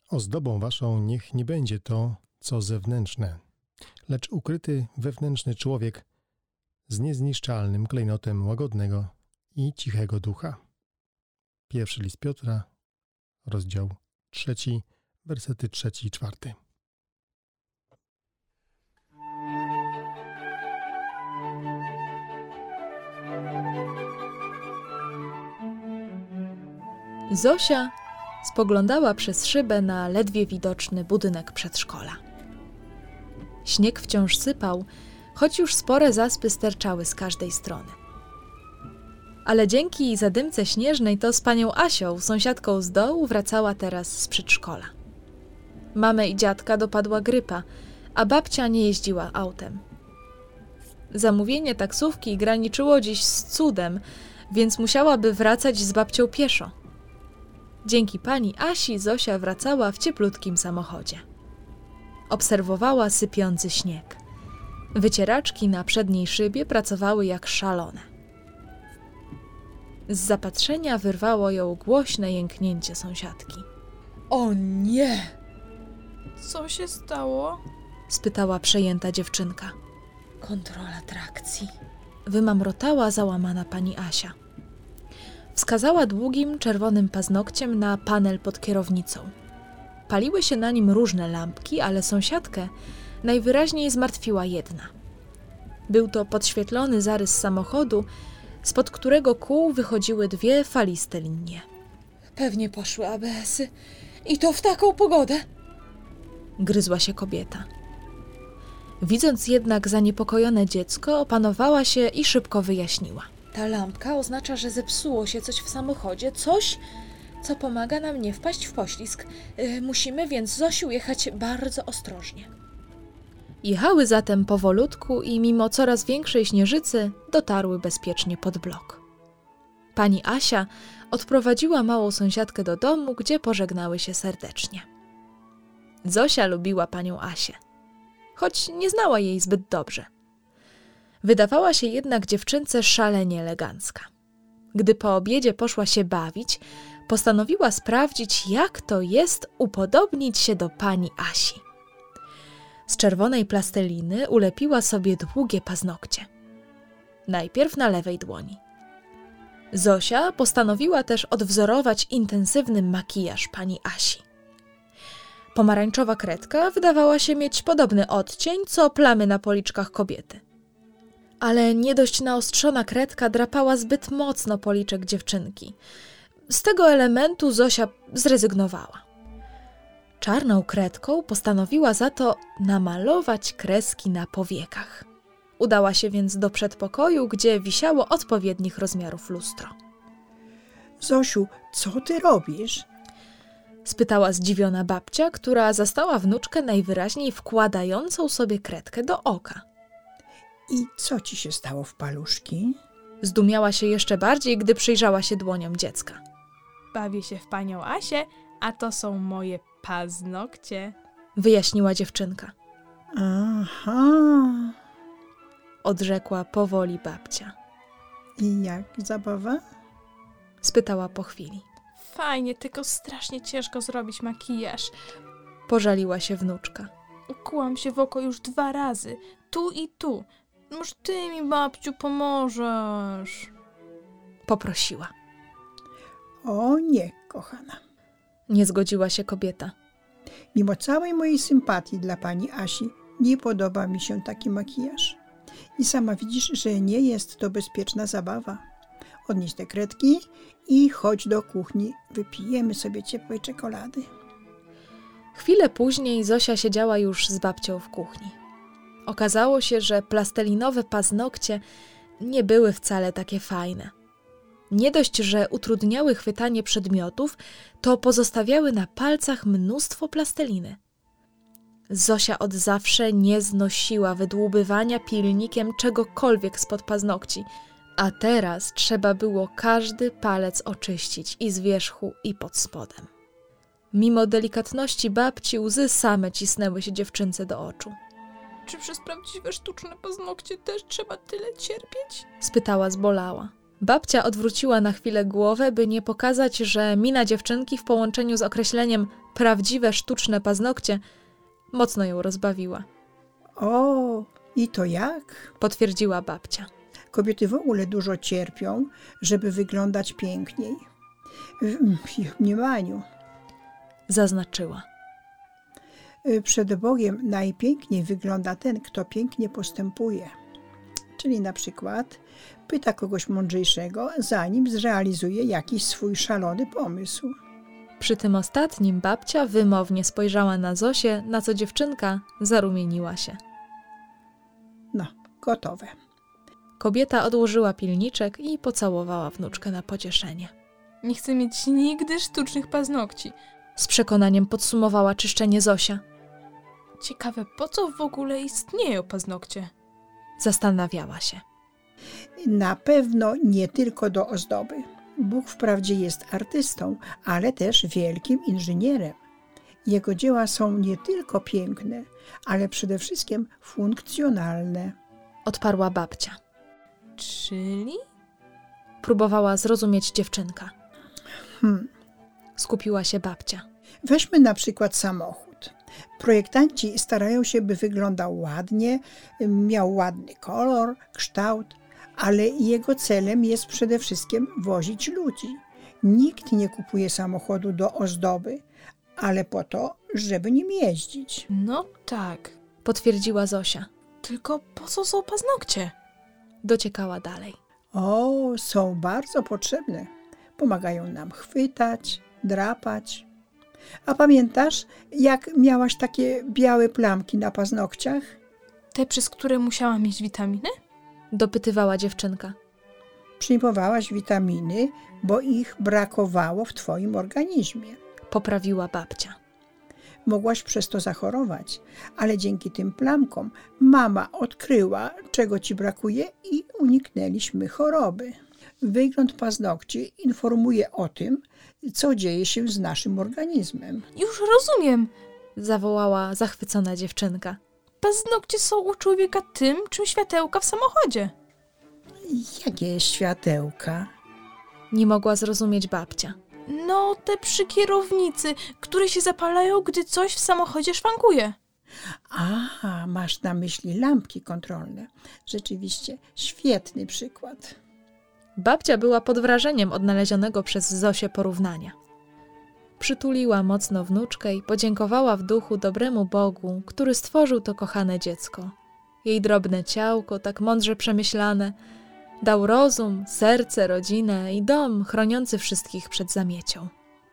Ozdobą waszą niech nie będzie to, co zewnętrzne, lecz ukryty wewnętrzny człowiek z niezniszczalnym klejnotem łagodnego i cichego ducha. Pierwszy list Piotra, rozdział 3, wersety 3 i 4. Zosia spoglądała przez szybę na ledwie widoczny budynek przedszkola. Śnieg wciąż sypał, choć już spore zaspy sterczały z każdej strony. Ale dzięki zadymce śnieżnej to z panią Asią, sąsiadką z dołu, wracała teraz z przedszkola. Mamę i dziadka dopadła grypa, a babcia nie jeździła autem. Zamówienie taksówki graniczyło dziś z cudem, więc musiałaby wracać z babcią pieszo. Dzięki pani Asi Zosia wracała w cieplutkim samochodzie. Obserwowała sypiący śnieg. Wycieraczki na przedniej szybie pracowały jak szalone. Z zapatrzenia wyrwało ją głośne jęknięcie sąsiadki. O nie! Co się stało? Spytała przejęta dziewczynka. Kontrola trakcji. Wymamrotała załamana pani Asia. Wskazała długim, czerwonym paznokciem na panel pod kierownicą. Paliły się na nim różne lampki, ale sąsiadkę najwyraźniej zmartwiła jedna. Był to podświetlony zarys samochodu, spod którego kół wychodziły dwie faliste linie. Pewnie poszły ABS-y. I to w taką pogodę. Gryzła się kobieta. Widząc jednak zaniepokojone dziecko, opanowała się i szybko wyjaśniła. Ta lampka oznacza, że zepsuło się coś w samochodzie, coś, co pomaga nam nie wpaść w poślizg. Musimy więc, Zosiu, jechać bardzo ostrożnie. Jechały zatem powolutku i mimo coraz większej śnieżycy dotarły bezpiecznie pod blok. Pani Asia odprowadziła małą sąsiadkę do domu, gdzie pożegnały się serdecznie. Zosia lubiła panią Asię, choć nie znała jej zbyt dobrze. Wydawała się jednak dziewczynce szalenie elegancka. Gdy po obiedzie poszła się bawić, postanowiła sprawdzić, jak to jest upodobnić się do pani Asi. Z czerwonej plasteliny ulepiła sobie długie paznokcie. Najpierw na lewej dłoni. Zosia postanowiła też odwzorować intensywny makijaż pani Asi. Pomarańczowa kredka wydawała się mieć podobny odcień, co plamy na policzkach kobiety. Ale nie dość naostrzona kredka drapała zbyt mocno policzek dziewczynki. Z tego elementu Zosia zrezygnowała. Czarną kredką postanowiła za to namalować kreski na powiekach. Udała się więc do przedpokoju, gdzie wisiało odpowiednich rozmiarów lustro. Zosiu, co ty robisz? Spytała zdziwiona babcia, która zastała wnuczkę najwyraźniej wkładającą sobie kredkę do oka. I co ci się stało w paluszki? Zdumiała się jeszcze bardziej, gdy przyjrzała się dłoniom dziecka. Bawię się w panią Asię, a to są moje paznokcie. Wyjaśniła dziewczynka. Aha. Odrzekła powoli babcia. I jak zabawa? Spytała po chwili. Fajnie, tylko strasznie ciężko zrobić makijaż. Pożaliła się wnuczka. Ukułam się w oko już 2 razy. Tu i tu. Może ty mi, babciu, pomożesz? Poprosiła. O nie, kochana. Nie zgodziła się kobieta. Mimo całej mojej sympatii dla pani Asi, nie podoba mi się taki makijaż. I sama widzisz, że nie jest to bezpieczna zabawa. Odnieś te kredki i chodź do kuchni. Wypijemy sobie ciepłej czekolady. Chwilę później Zosia siedziała już z babcią w kuchni. Okazało się, że plastelinowe paznokcie nie były wcale takie fajne. Nie dość, że utrudniały chwytanie przedmiotów, to pozostawiały na palcach mnóstwo plasteliny. Zosia od zawsze nie znosiła wydłubywania pilnikiem czegokolwiek spod paznokci, a teraz trzeba było każdy palec oczyścić i z wierzchu, i pod spodem. Mimo delikatności babci łzy same cisnęły się dziewczynce do oczu. Czy przez prawdziwe sztuczne paznokcie też trzeba tyle cierpieć? Spytała zbolała. Babcia odwróciła na chwilę głowę, by nie pokazać, że mina dziewczynki w połączeniu z określeniem prawdziwe sztuczne paznokcie mocno ją rozbawiła. O, i to jak? Potwierdziła babcia. Kobiety w ogóle dużo cierpią, żeby wyglądać piękniej. W ich mniemaniu. Zaznaczyła. Przed Bogiem najpiękniej wygląda ten, kto pięknie postępuje. Czyli na przykład pyta kogoś mądrzejszego, zanim zrealizuje jakiś swój szalony pomysł. Przy tym ostatnim babcia wymownie spojrzała na Zosię, na co dziewczynka zarumieniła się. No, gotowe. Kobieta odłożyła pilniczek i pocałowała wnuczkę na pocieszenie. Nie chcę mieć nigdy sztucznych paznokci. Z przekonaniem podsumowała czyszczenie Zosia. Ciekawe, po co w ogóle istnieją paznokcie? Zastanawiała się. Na pewno nie tylko do ozdoby. Bóg wprawdzie jest artystą, ale też wielkim inżynierem. Jego dzieła są nie tylko piękne, ale przede wszystkim funkcjonalne. Odparła babcia. Czyli? Próbowała zrozumieć dziewczynka. Skupiła się babcia. Weźmy na przykład samochód. Projektanci starają się, by wyglądał ładnie, miał ładny kolor, kształt, ale jego celem jest przede wszystkim wozić ludzi. Nikt nie kupuje samochodu do ozdoby, ale po to, żeby nim jeździć. No tak. Potwierdziła Zosia. Tylko po co są paznokcie? Dociekała dalej. O, są bardzo potrzebne. Pomagają nam chwytać, drapać. A pamiętasz, jak miałaś takie białe plamki na paznokciach? Te, przez które musiałam mieć witaminy? Dopytywała dziewczynka. Przyjmowałaś witaminy, bo ich brakowało w twoim organizmie. Poprawiła babcia. Mogłaś przez to zachorować, ale dzięki tym plamkom mama odkryła, czego ci brakuje i uniknęliśmy choroby. Wygląd paznokci informuje o tym, co dzieje się z naszym organizmem. Już rozumiem. Zawołała zachwycona dziewczynka. Paznokcie są u człowieka tym, czym światełka w samochodzie. Jakie światełka? Nie mogła zrozumieć babcia. No, te przy kierownicy, które się zapalają, gdy coś w samochodzie szwankuje. A, masz na myśli lampki kontrolne. Rzeczywiście, świetny przykład. Babcia była pod wrażeniem odnalezionego przez Zosię porównania. Przytuliła mocno wnuczkę i podziękowała w duchu dobremu Bogu, który stworzył to kochane dziecko. Jej drobne ciałko, tak mądrze przemyślane, dał rozum, serce, rodzinę i dom chroniący wszystkich przed zamiecią.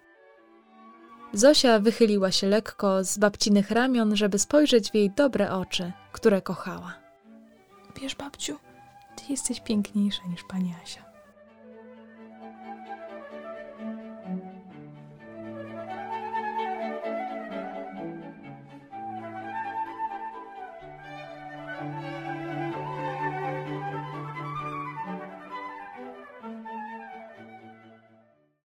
Zosia wychyliła się lekko z babcinych ramion, żeby spojrzeć w jej dobre oczy, które kochała. Wiesz, babciu, ty jesteś piękniejsza niż pani Asia.